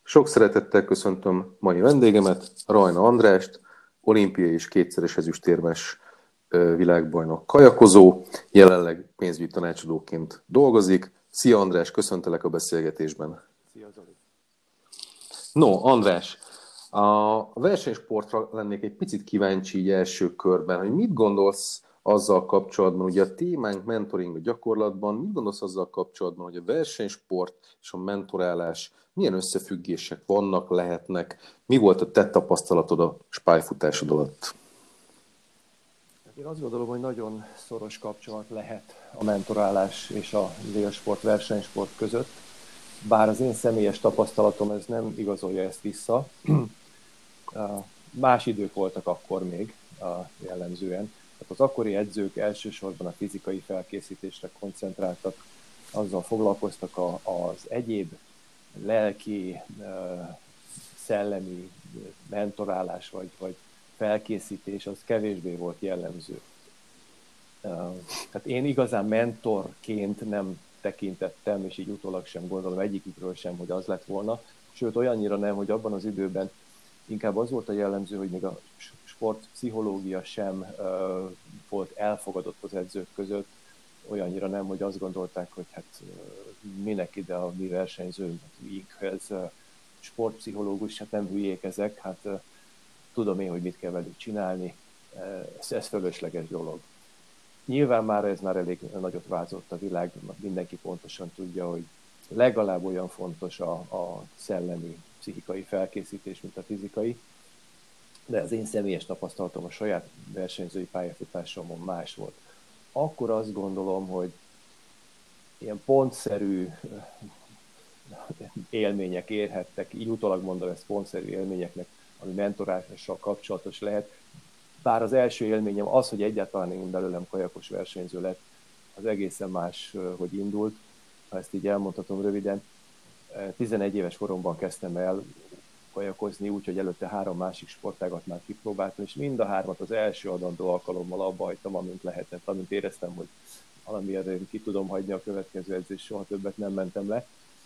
Sok szeretettel köszöntöm mai vendégemet, Rajna Andrást, olimpiai és kétszeres ezüstérmes világbajnok kajakozó, jelenleg pénzügyi tanácsadóként dolgozik. Szia András, köszöntelek a beszélgetésben. Szia Zoli. No, András, a versenysportra lennék egy picit kíváncsi így első körben, hogy mit gondolsz azzal kapcsolatban, ugye a témánk mentoring a gyakorlatban, mit gondolsz azzal kapcsolatban, hogy a versenysport és a mentorálás milyen összefüggések vannak, lehetnek? Mi volt a te tapasztalatod a pályafutásod alatt? Én azt gondolom, hogy nagyon szoros kapcsolat lehet a mentorálás és a élsport, versenysport között, bár az én személyes tapasztalatom ez nem igazolja ezt vissza. Más idők voltak akkor még jellemzően. Tehát az akkori edzők elsősorban a fizikai felkészítésre koncentráltak, azzal foglalkoztak az egyéb lelki, szellemi mentorálás vagy felkészítés, az kevésbé volt jellemző. Tehát én igazán mentorként nem tekintettem, és így utólag sem gondolom egyikükről sem, hogy az lett volna. Sőt, olyannyira nem, hogy abban az időben inkább az volt a jellemző, hogy még a sportpszichológia sem volt elfogadott az edzők között, olyannyira nem, hogy azt gondolták, hogy hát minek ide a mi versenyzőinkhez sportpszichológus, hát nem hülyék ezek, hát tudom én, hogy mit kell velük csinálni, ez fölösleges dolog. Nyilván ez már elég nagyot változott a világ, mindenki pontosan tudja, hogy legalább olyan fontos a szellemi, pszichikai felkészítés, mint a fizikai, de az én személyes tapasztalatom a saját versenyzői pályafutásomon más volt. Akkor azt gondolom, hogy ilyen pontszerű élmények érhettek, így utólag mondom ezt pontszerű élményeknek, ami mentorálással kapcsolatos lehet. Bár az első élményem az, hogy egyáltalán én belőlem kajakos versenyző lett, az egészen más, hogy indult, ha ezt így elmondhatom röviden. 11 éves koromban kezdtem el kajakozni, úgyhogy előtte 3 másik sportágat már kipróbáltam, és mind a 3-at az első adandó alkalommal abba hagytam, amint lehetett, amint éreztem, hogy valamiért ki tudom hagyni a következő edzést, soha többet nem mentem le.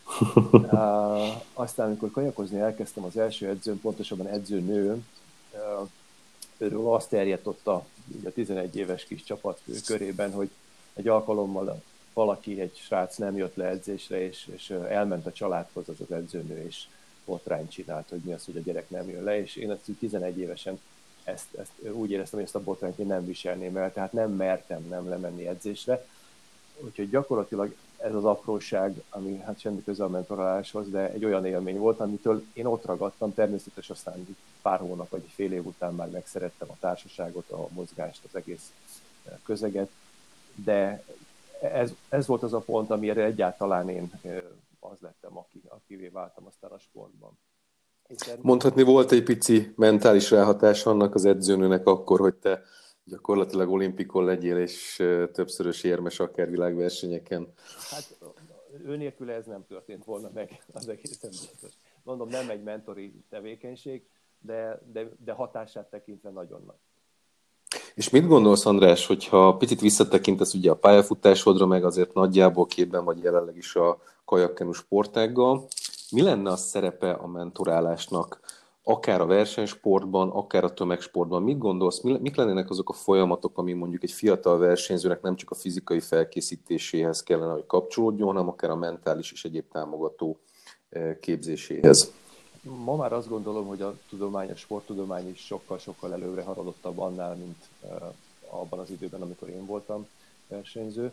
Aztán, amikor kajakozni elkezdtem, az első edzőm, pontosabban edzőnőm, őről azt terjedt ott a 11 éves kis csapat körében, hogy egy alkalommal valaki, egy srác nem jött le edzésre, és elment a családhoz az edzőnő, és botrányt csinált, hogy mi az, hogy a gyerek nem jön le, és én ezt 11 évesen ezt úgy éreztem, hogy ezt a botrányt én nem viselném el, tehát nem mertem nem lemenni edzésre. Úgyhogy gyakorlatilag ez az apróság, ami hát semmi köze a mentoráláshoz, de egy olyan élmény volt, amitől én ott ragadtam, természetesen aztán pár hónap vagy fél év után már megszerettem a társaságot, a mozgást, az egész közeget, de ez volt az a pont, amire egyáltalán én az lettem, akivé váltam aztán a sportban. Mondhatni, volt egy pici mentális ráhatás annak az edzőnőnek akkor, hogy te gyakorlatilag olimpikon legyél, és többszörös érmes akár világversenyeken. Hát ő nélkül ez nem történt volna meg, az egészen biztos. Mondom, nem egy mentori tevékenység, de hatását tekintve nagyon nagy. És mit gondolsz, András, hogyha picit visszatekintesz ugye a pályafutásodra, meg azért nagyjából képben vagy jelenleg is a kajakkenu sportággal, mi lenne a szerepe a mentorálásnak, akár a versenysportban, akár a tömegsportban? Mit gondolsz, mik lennének azok a folyamatok, ami mondjuk egy fiatal versenyzőnek nem csak a fizikai felkészítéséhez kellene, hogy kapcsolódjon, hanem akár a mentális és egyéb támogató képzéséhez? Ma már azt gondolom, hogy a sporttudomány is sokkal-sokkal előre haladottabb annál, mint abban az időben, amikor én voltam versenyző.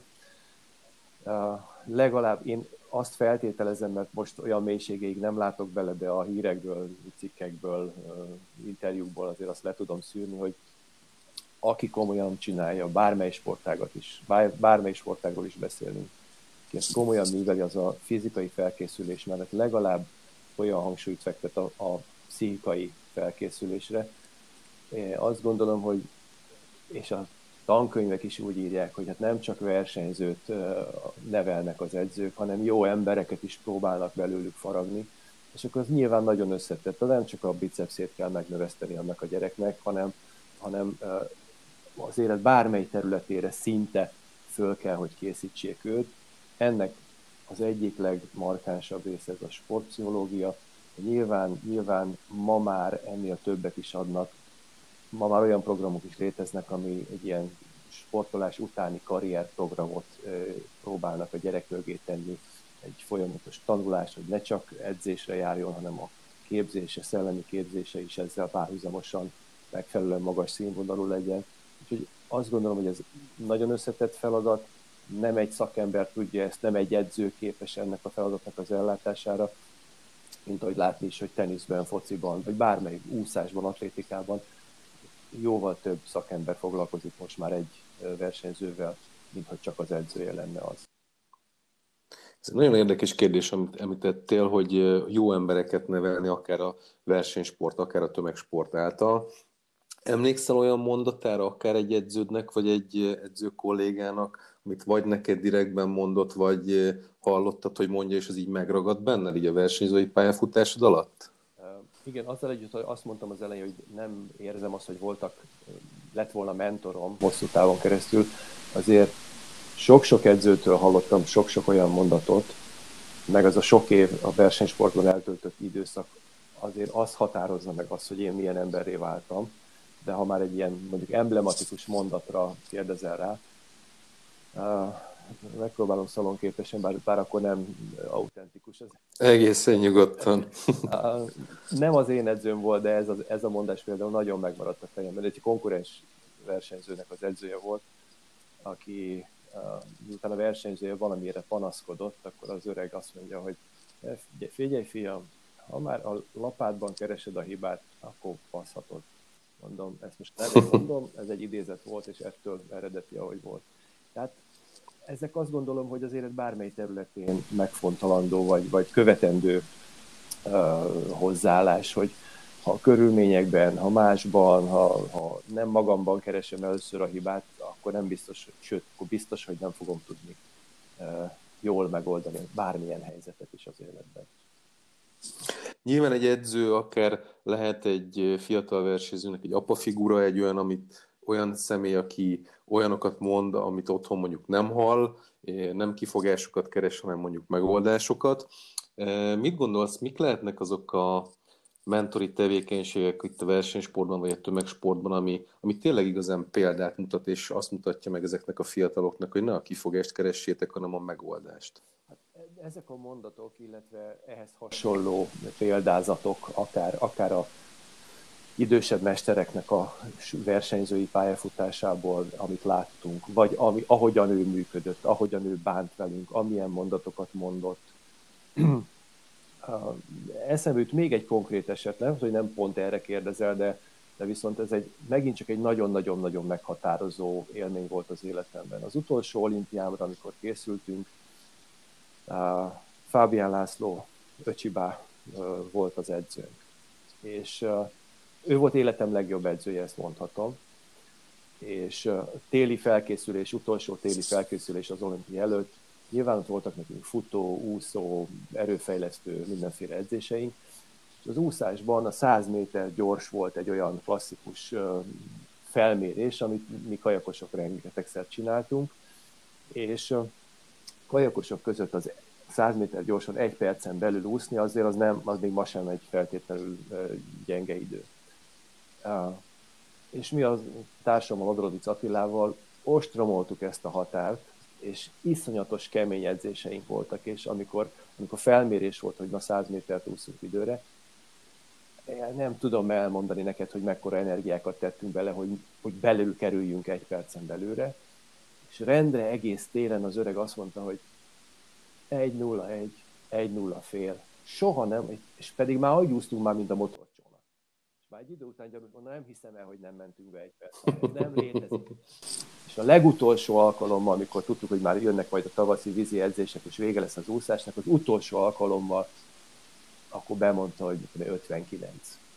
Legalább én azt feltételezem, mert most olyan mélységeig nem látok bele, de a hírekből, cikkekből, interjúkból azért azt le tudom szűrni, hogy aki komolyan csinálja, bármely sportágat is, bármely sportágról is beszélünk, ki ezt komolyan műveli, az a fizikai felkészülés mellett legalább olyan hangsúlyt fektet a pszichikai felkészülésre. Én azt gondolom, hogy és a tankönyvek is úgy írják, hogy hát nem csak versenyzőt nevelnek az edzők, hanem jó embereket is próbálnak belőlük faragni, és akkor az nyilván nagyon összetett. Nem csak a bicepszét kell megnöveszteni annak a gyereknek, hanem az élet bármely területére szinte föl kell, hogy készítsék őt. Ennek az egyik legmarkánsabb része ez a sportpszichológia, Nyilván ma már ennél többet is adnak. Ma már olyan programok is léteznek, ami egy ilyen sportolás utáni karrierprogramot próbálnak a gyerek mögé tenni, egy folyamatos tanulás, hogy ne csak edzésre járjon, hanem a képzése, szellemi képzése is ezzel párhuzamosan megfelelően magas színvonalú legyen. Úgyhogy azt gondolom, hogy ez nagyon összetett feladat, nem egy szakember tudja ezt, nem egy edző képes ennek a feladatnak az ellátására, mint ahogy látni is, hogy teniszben, fociban, vagy bármelyik úszásban, atlétikában jóval több szakember foglalkozik most már egy versenyzővel, mint hogy csak az edzője lenne az. Ez egy nagyon érdekes kérdés, amit említettél, hogy jó embereket nevelni akár a versenysport, akár a tömegsport által. Emlékszel olyan mondatára, akár egy edződnek, vagy egy edző kollégának, amit vagy neked direktben mondott, vagy hallottad, hogy mondja, és az így megragad benned így a versenyzői pályafutásod alatt? Igen, azzal együtt, hogy azt mondtam az elején, hogy nem érzem azt, hogy lett volna mentorom hosszú távon keresztül, azért sok-sok edzőtől hallottam sok-sok olyan mondatot, meg az a sok év a versenysportban eltöltött időszak azért az határozza meg azt, hogy én milyen emberré váltam, de ha már egy ilyen mondjuk emblematikus mondatra kérdezel rá, megpróbálom szalonképesen, bár akkor nem autentikus. Egészen nyugodtan. Nem az én edzőm volt, de ez a mondás például nagyon megmaradt a fejemben. Egy konkurens versenyzőnek az edzője volt, aki miután a versenyzője valamire panaszkodott, akkor az öreg azt mondja, hogy figyelj fiam, ha már a lapátban keresed a hibát, akkor passzhatod. Mondom, ezt most nem mondom, ez egy idézet volt, és ettől eredeti, ahogy volt. Tehát ezek azt gondolom, hogy az élet bármely területén megfontolandó, vagy követendő hozzáállás, hogy ha a körülményekben, ha másban, ha nem magamban keresem először a hibát, akkor nem biztos, sőt, akkor biztos, hogy nem fogom tudni jól megoldani bármilyen helyzetet is az életben. Nyilván egy edző akár lehet egy fiatal versenyzőnek egy apafigura, egy olyan személy, aki olyanokat mond, amit otthon mondjuk nem hall, nem kifogásokat keres, hanem mondjuk megoldásokat. Mit gondolsz, mik lehetnek azok a mentori tevékenységek itt a versenysportban, vagy a tömegsportban, ami tényleg igazán példát mutat, és azt mutatja meg ezeknek a fiataloknak, hogy ne a kifogást keressétek, hanem a megoldást? Ezek a mondatok, illetve ehhez hasonló példázatok, akár a idősebb mestereknek a versenyzői pályafutásából, amit láttunk, vagy ahogyan ő működött, ahogyan ő bánt velünk, amilyen mondatokat mondott. Eszembe jut még egy konkrét eset, nem, hogy nem pont erre kérdezel, de viszont ez megint csak egy nagyon-nagyon-nagyon meghatározó élmény volt az életemben. Az utolsó olimpiámra, amikor készültünk, Fábián László öcsibá volt az edzőnk. És ő volt életem legjobb edzője, ezt mondhatom. És téli felkészülés, utolsó téli felkészülés az olimpia előtt, nyilván ott voltak nekünk futó, úszó, erőfejlesztő, mindenféle edzéseink. És az úszásban a 100 méter gyors volt egy olyan klasszikus felmérés, amit mi kajakosok rengetegszer csináltunk, és kajakosok között az 100 méter gyorsan 1 percen belül úszni, azért az még ma sem egy feltétlenül gyenge idő. És mi a társammal, Odorodic Attilával ostromoltuk ezt a határt, és iszonyatos kemény edzéseink voltak, és amikor felmérés volt, hogy na 100 métert úszunk időre, nem tudom elmondani neked, hogy mekkora energiákat tettünk bele, hogy belül kerüljünk 1 percen belőle, és rendre egész télen az öreg azt mondta, hogy 1-0-1, 1-0 fél. Soha nem, és pedig már ahogy úsztunk már, mint a motorcsónak. És már egy idő után gyanús mondom, nem hiszem el, hogy nem mentünk be 1 percen. Ez nem létezik. És a legutolsó alkalommal, amikor tudtuk, hogy már jönnek majd a tavaszi vízi edzések, és vége lesz az úszásnak, az utolsó alkalommal akkor bemondta, hogy 59.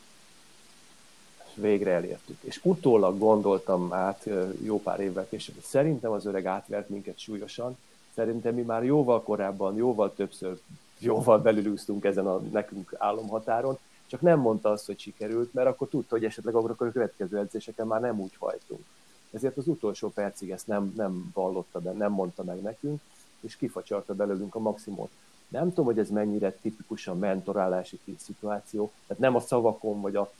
És végre elértük. És utólag gondoltam át jó pár évvel később, hogy szerintem az öreg átvert minket súlyosan, szerintem mi már jóval korábban, jóval többször, jóval belülúztunk ezen a nekünk álomhatáron, csak nem mondta azt, hogy sikerült, mert akkor tudta, hogy esetleg akkor a következő edzéseken már nem úgy hajtunk. Ezért az utolsó percig ezt nem vallotta be, nem mondta meg nekünk, és kifacsarta belőlünk a maximumot. Nem tudom, hogy ez mennyire tipikusan mentorálási szituáció, tehát nem a szavakon vagy a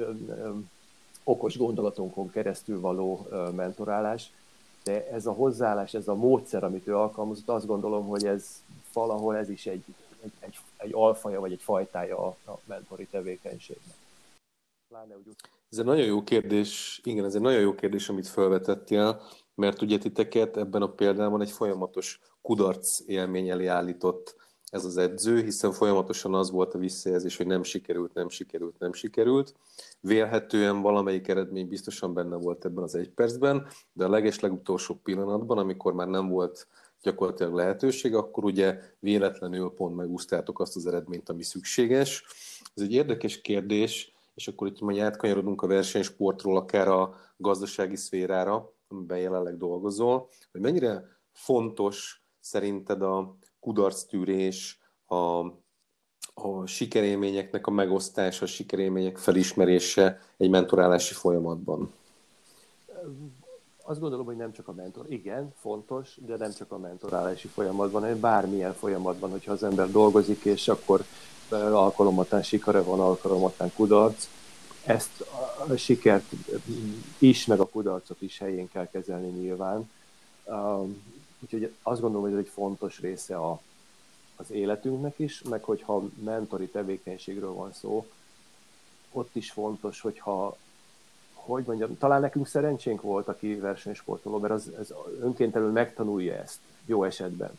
okos gondolatonkon keresztül való mentorálás, de ez a hozzáállás, ez a módszer, amit ő alkalmazott, azt gondolom, hogy ez valahol ez is egy alfaja vagy egy fajtája a mentori tevékenységnek. Ez egy nagyon jó kérdés, igen, ez egy nagyon jó kérdés, amit felvetettél, mert ugye titeket ebben a példában egy folyamatos kudarc élmény elé állított ez az edző, hiszen folyamatosan az volt a visszajelzés, hogy nem sikerült, nem sikerült, nem sikerült. Vélhetően valamelyik eredmény biztosan benne volt ebben az 1 percben, de a legeslegutolsó pillanatban, amikor már nem volt gyakorlatilag lehetőség, akkor ugye véletlenül pont megúsztátok azt az eredményt, ami szükséges. Ez egy érdekes kérdés, és akkor itt majd átkanyarodunk a versenysportról akár a gazdasági szférára, amiben jelenleg dolgozol, hogy mennyire fontos szerinted a kudarctűrés, a sikerélményeknek a megosztása, a sikerélmények felismerése egy mentorálási folyamatban? Azt gondolom, hogy nem csak a mentor. Igen, fontos, de nem csak a mentorálási folyamatban, hanem bármilyen folyamatban, hogyha az ember dolgozik, és akkor alkalomattán sikere van, alkalomattán kudarc. Ezt a sikert is, meg a kudarcot is helyén kell kezelni nyilván. Úgyhogy azt gondolom, hogy ez egy fontos része az életünknek is, meg hogyha mentori tevékenységről van szó, ott is fontos, hogyha, hogy mondjam, talán nekünk szerencsénk volt, aki versenysportoló, mert az önkéntelenül megtanulja ezt jó esetben,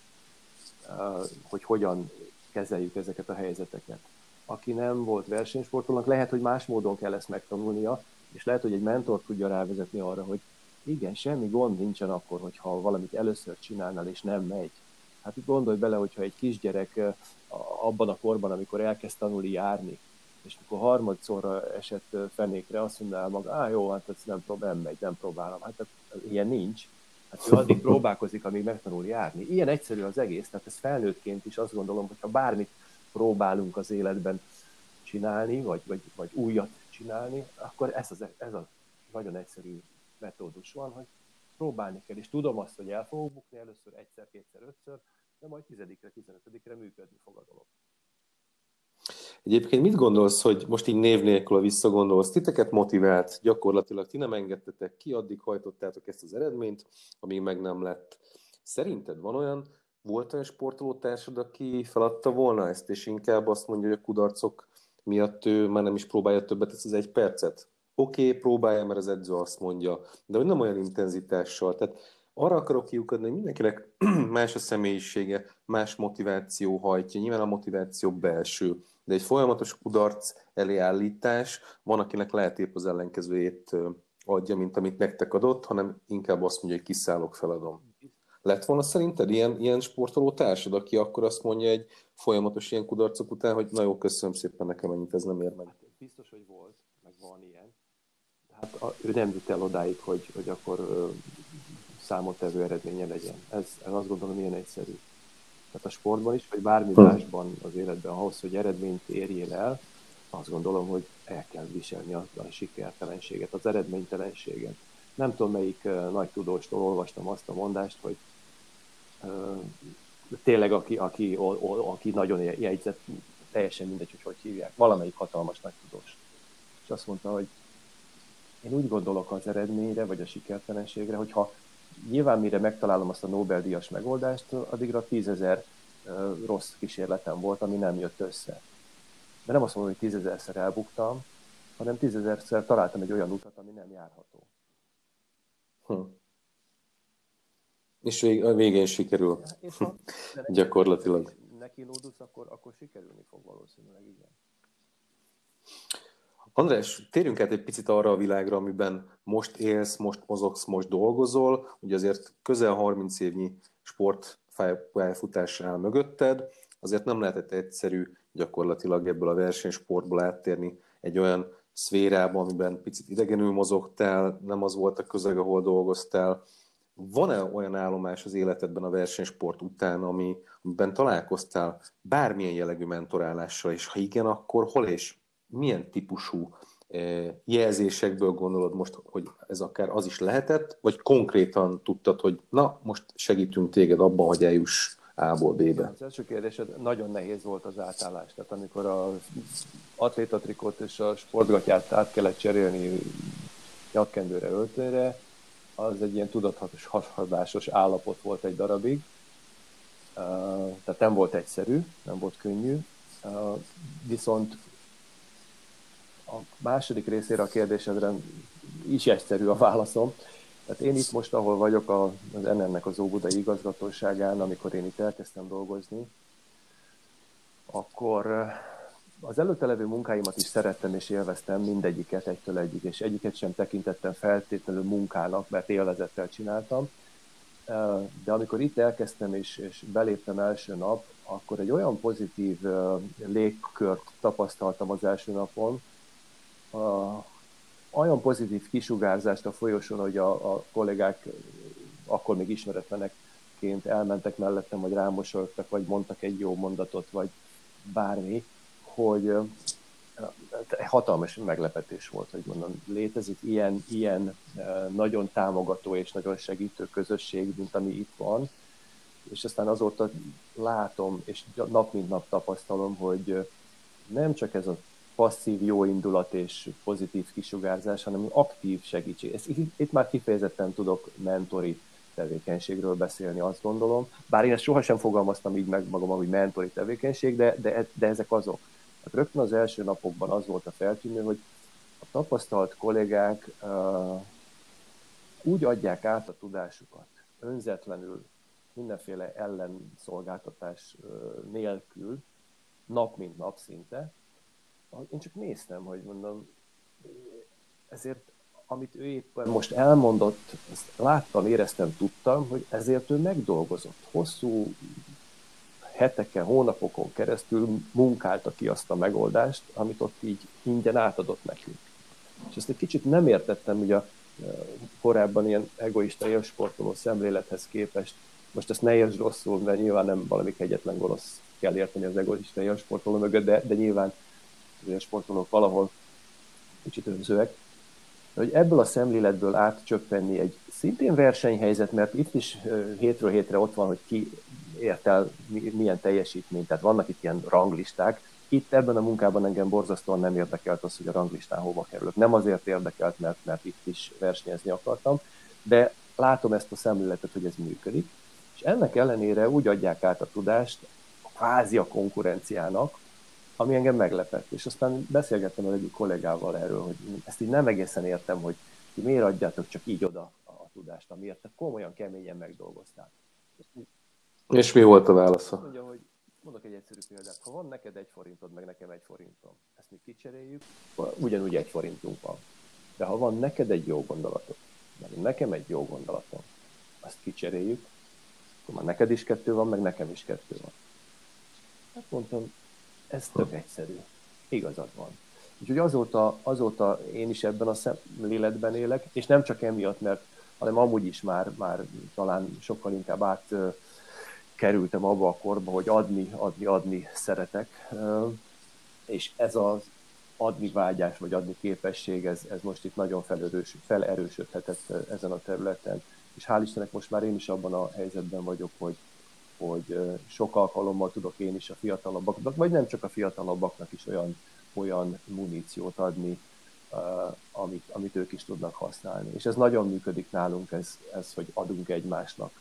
hogy hogyan kezeljük ezeket a helyzeteket. Aki nem volt versenysportolónak, lehet, hogy más módon kell ezt megtanulnia, és lehet, hogy egy mentor tudja rávezetni arra, hogy igen, semmi gond nincsen akkor, hogyha valamit először csinálnál, és nem megy. Hát gondolj bele, hogyha egy kisgyerek abban a korban, amikor elkezd tanulni járni, és amikor harmadszorra esett fenékre, azt mondaná maga, jó, hát ez nem megy, nem próbálom. Hát ilyen nincs. Hát ő addig próbálkozik, amíg megtanul járni. Ilyen egyszerű az egész, tehát ez felnőttként is azt gondolom, hogyha bármit próbálunk az életben csinálni, vagy újat csinálni, akkor ez a nagyon egyszerű metódus van, hogy próbálni kell, és tudom azt, hogy el fogok bukni először, egyszer, kétszer, ötször, de majd 10-re, 15-re működni fog a dolog. Egyébként mit gondolsz, hogy most így név nélkül, visszagondolsz, titeket motivált, gyakorlatilag ti nem engedtetek ki, addig hajtottátok ezt az eredményt, amíg meg nem lett. Szerinted volt olyan sportolótársad, aki feladta volna ezt, és inkább azt mondja, hogy a kudarcok miatt ő már nem is próbálja többet ezt az 1 percet? Oké, próbálja, mert az edző azt mondja, de hogy nem olyan intenzitással. Tehát arra akarok kiukadni, hogy mindenkinek más a személyisége, más motiváció hajtja. Nyilván a motiváció belső, de egy folyamatos kudarc elé állítás, van, akinek lehet épp az ellenkezőjét adja, mint amit nektek adott, hanem inkább azt mondja, hogy kiszállok, feladom. Lett volna szerinted ilyen sportoló társad, aki akkor azt mondja egy folyamatos ilyen kudarcok után, hogy na jó, köszönöm szépen, nekem ennyit, ez nem ér meg. Biztos, hogy volt, meg van ilyen. Hát ő nem jut el odáig, hogy akkor számottevő eredménye legyen. Ez azt gondolom, ilyen egyszerű. Tehát a sportban is, vagy bármi másban az életben, ahhoz, hogy eredményt érjél el, azt gondolom, hogy el kell viselni a sikertelenséget, az eredménytelenséget. Nem tudom, melyik nagy tudóstól olvastam azt a mondást, hogy tényleg aki nagyon jegyzett, teljesen mindegy, hogy hívják, valamelyik hatalmas nagy tudós. És azt mondta, hogy én úgy gondolok az eredményre, vagy a sikertelenségre, hogyha nyilván mire megtalálom azt a Nobel-díjas megoldást, addigra 10 000 rossz kísérletem volt, ami nem jött össze. De nem azt mondom, hogy 10 000-szer elbuktam, hanem 10 000-szer találtam egy olyan utat, ami nem járható. És a végén sikerül. Gyakorlatilag. Neki nódusz, akkor sikerülni fog valószínűleg, igen. András, térjünk át egy picit arra a világra, amiben most élsz, most mozogsz, most dolgozol. Ugye azért közel 30 évnyi sportpályafutás áll mögötted, azért nem lehetett egyszerű gyakorlatilag ebből a versenysportból áttérni egy olyan szférába, amiben picit idegenül mozogtál, nem az volt a közeg, ahol dolgoztál. Van-e olyan állomás az életedben a versenysport után, amiben találkoztál bármilyen jellegű mentorálással, és ha igen, akkor hol és milyen típusú jelzésekből gondolod most, hogy ez akár az is lehetett, vagy konkrétan tudtad, hogy na, most segítünk téged abban, hogy eljuss A-ból B-be? Az első kérdésed, nagyon nehéz volt az átállás. Tehát amikor az atlétatrikot és a sportgatyát át kellett cserélni nyakkendőre, öltönyre, az egy ilyen tudatos hasadásos állapot volt egy darabig. Tehát nem volt egyszerű, nem volt könnyű. Viszont a második részére a kérdésedre is egyszerű a válaszom. Tehát én itt most, ahol vagyok az NN-nek az Óbudai igazgatóságán, amikor én itt elkezdtem dolgozni, akkor az előtte levő munkáimat is szerettem és élveztem, mindegyiket egytől egyig, és egyiket sem tekintettem feltétlenül munkának, mert élvezettel csináltam. De amikor itt elkezdtem és beléptem első nap, akkor egy olyan pozitív légkört tapasztaltam az első napon, olyan pozitív kisugárzást a folyosón, hogy a kollégák akkor még ismeretlenekként elmentek mellettem, vagy rámosologtak, vagy mondtak egy jó mondatot, vagy bármi, hogy hatalmas meglepetés volt, hogy mondom, létezik ilyen nagyon támogató és nagyon segítő közösség, mint ami itt van, és aztán azóta látom, és nap mint nap tapasztalom, hogy nem csak ez a passzív jó indulat és pozitív kisugárzás, hanem aktív segítség. Itt már kifejezetten tudok mentori tevékenységről beszélni, azt gondolom. Bár én ezt sohasem fogalmaztam így meg magam, hogy mentori tevékenység, de ezek azok. Hát rögtön az első napokban az volt a feltűnő, hogy a tapasztalt kollégák úgy adják át a tudásukat, önzetlenül, mindenféle ellenszolgáltatás nélkül, nap mint nap szinte. Én csak néztem, hogy mondom, ezért, amit ő éppen most elmondott, ezt láttam, éreztem, tudtam, hogy ezért ő megdolgozott. Hosszú heteken, hónapokon keresztül munkálta ki azt a megoldást, amit ott így ingyen átadott nekünk. És ezt egy kicsit nem értettem, ugye korábban ilyen egoista élsportoló szemlélethez képest. Most ezt ne értsd rosszul, mert nyilván nem valami kegyetlen gonosz kell érteni az egoista élsportoló mögött, de nyilván az élsportolók valahol kicsit önzőek. Hogy ebből a szemléletből átcsöppenni egy szintén versenyhelyzet, mert itt is hétről hétre ott van, hogy ki ért el milyen teljesítményt, tehát vannak itt ilyen ranglisták. Itt ebben a munkában engem borzasztóan nem érdekelt az, hogy a ranglistán hova kerülök. Nem azért érdekelt, mert itt is versenyezni akartam, de látom ezt a szemléletet, hogy ez működik, és ennek ellenére úgy adják át a tudást kvázi a konkurenciának, ami engem meglepett. És aztán beszélgettem az egyik kollégával erről, hogy ezt így nem egészen értem, hogy ti miért adjátok csak így oda a tudást, amiért te komolyan, keményen megdolgoztál. És mi volt a válasza? Mondja, hogy mondok egy egyszerű példát. Ha van neked 1 forintod, meg nekem 1 forintom, ezt mi kicseréljük, ugyanúgy 1 forintunk van. De ha van neked egy jó gondolatod, meg nekem egy jó gondolatom, azt kicseréljük, akkor már neked is 2 van, meg nekem is 2 van. Hát mondtam, ez tök egyszerű. Igazad van. Úgyhogy azóta én is ebben a szemléletben élek, és nem csak emiatt, hanem amúgy is már talán sokkal inkább átkerültem abba a korba, hogy adni szeretek. És ez az adni vágyás, vagy adni képesség, ez most itt nagyon felerősödhetett ezen a területen. És hál' Istennek most már én is abban a helyzetben vagyok, hogy sok alkalommal tudok én is a fiatalabbaknak, vagy nem csak a fiatalabbaknak is olyan muníciót adni, amit ők is tudnak használni. És ez nagyon működik nálunk, ez hogy adunk egymásnak.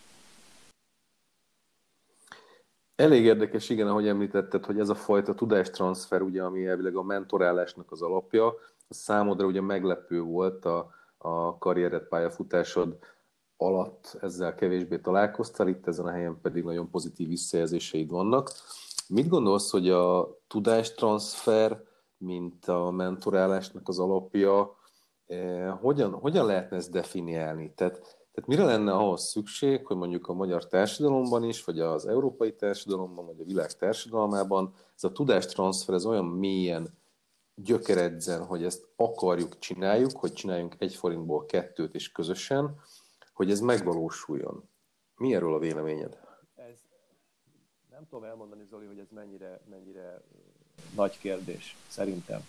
Elég érdekes, igen, ahogy említetted, hogy ez a fajta tudástranszfer, ugye, ami elvileg a mentorálásnak az alapja, az számodra ugye meglepő volt a karriered, pályafutásod alatt, ezzel kevésbé találkoztál, itt ezen a helyen pedig nagyon pozitív visszajelzéseid vannak. Mit gondolsz, hogy a tudástranszfer, mint a mentorálásnak az alapja, hogyan lehetne ezt definiálni? Tehát mire lenne ahhoz szükség, hogy mondjuk a magyar társadalomban is, vagy az európai társadalomban, vagy a világ társadalmában ez a tudástranszfer ez olyan mélyen gyökeredzen, hogy ezt akarjuk, csináljuk, hogy csináljunk 1 forintból 2 és közösen, hogy ez megvalósuljon. Mi erről a véleményed? Nem tudom elmondani, Zoli, hogy ez mennyire nagy kérdés, szerintem.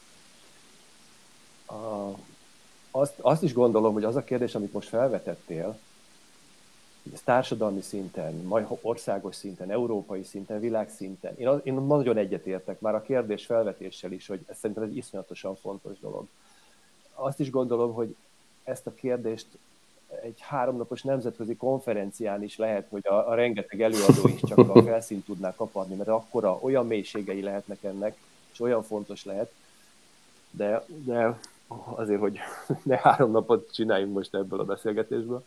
Azt is gondolom, hogy az a kérdés, amit most felvetettél, ez társadalmi szinten, majd országos szinten, európai szinten, világszinten. Én nagyon egyetértek már a kérdés felvetéssel is, hogy ez szerintem egy iszonyatosan fontos dolog. Azt is gondolom, hogy ezt a kérdést egy 3 napos nemzetközi konferencián is lehet, hogy a rengeteg előadó is csak a felszínt tudná kaparni, mert akkora olyan mélységei lehetnek ennek, és olyan fontos lehet, de azért, hogy ne 3 napot csináljunk most ebből a beszélgetésből.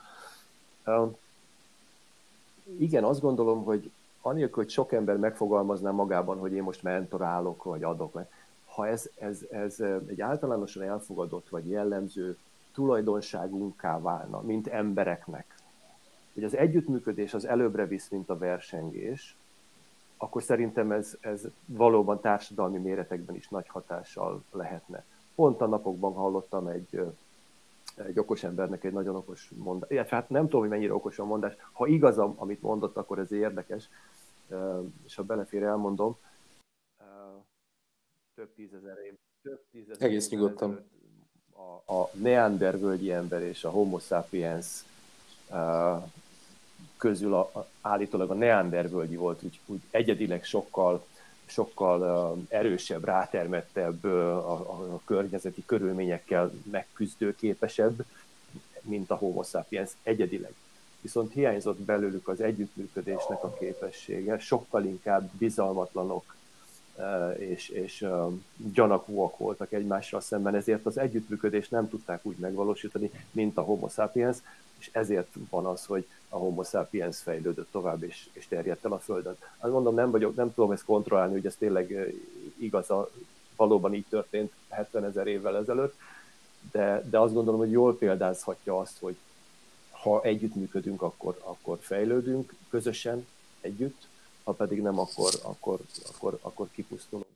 Igen, azt gondolom, hogy anélkül, hogy sok ember megfogalmazná magában, hogy én most mentorálok, vagy adok meg, ha ez egy általánosan elfogadott, vagy jellemző tulajdonságunká válna, mint embereknek, hogy az együttműködés az előbbre visz, mint a versengés, akkor szerintem ez valóban társadalmi méretekben is nagy hatással lehetne. Pont a napokban hallottam egy okos embernek egy nagyon okos mondás. Illetve hát nem tudom, hogy mennyire okos a mondás. Ha igaz, amit mondott, akkor ez érdekes. És ha belefér, elmondom. Több tízezer Egész nyugodtan. A neander völgyi ember és a homo sapiens közül állítólag a neander völgyi volt úgy egyedileg sokkal erősebb, rátermettebb, a környezeti körülményekkel megküzdőképesebb, mint a homo sapiens egyedileg. Viszont hiányzott belőlük az együttműködésnek a képessége, sokkal inkább bizalmatlanok és gyanakvóak voltak egymással szemben, ezért az együttműködést nem tudták úgy megvalósítani, mint a homo sapiens, és ezért van az, hogy a homo sapiens fejlődött tovább és terjedt el a Földön. Azt mondom, nem tudom ezt kontrollálni, hogy ez tényleg igaz, valóban így történt 70 000 évvel ezelőtt, de azt gondolom, hogy jól példázhatja azt, hogy ha együttműködünk, akkor fejlődünk közösen, együtt, ha pedig nem, akkor kipusztulunk.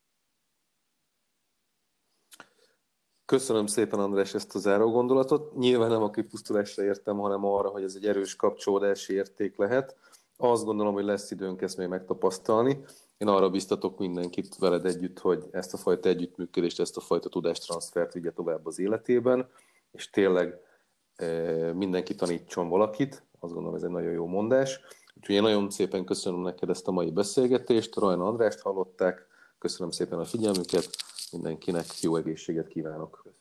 Köszönöm szépen, András, ezt a záró gondolatot. Nyilván nem a kipusztulásra értem, hanem arra, hogy ez egy erős kapcsolódási érték lehet. Azt gondolom, hogy lesz időnk ezt még megtapasztalni. Én arra biztatok mindenkit veled együtt, hogy ezt a fajta együttműködést, ezt a fajta tudástranszfert vigye tovább az életében, és tényleg mindenki tanítson valakit. Azt gondolom, ez egy nagyon jó mondás. Úgyhogy én nagyon szépen köszönöm neked ezt a mai beszélgetést. Rajna Andrást hallották. Köszönöm szépen a figyelmüket. Mindenkinek jó egészséget kívánok.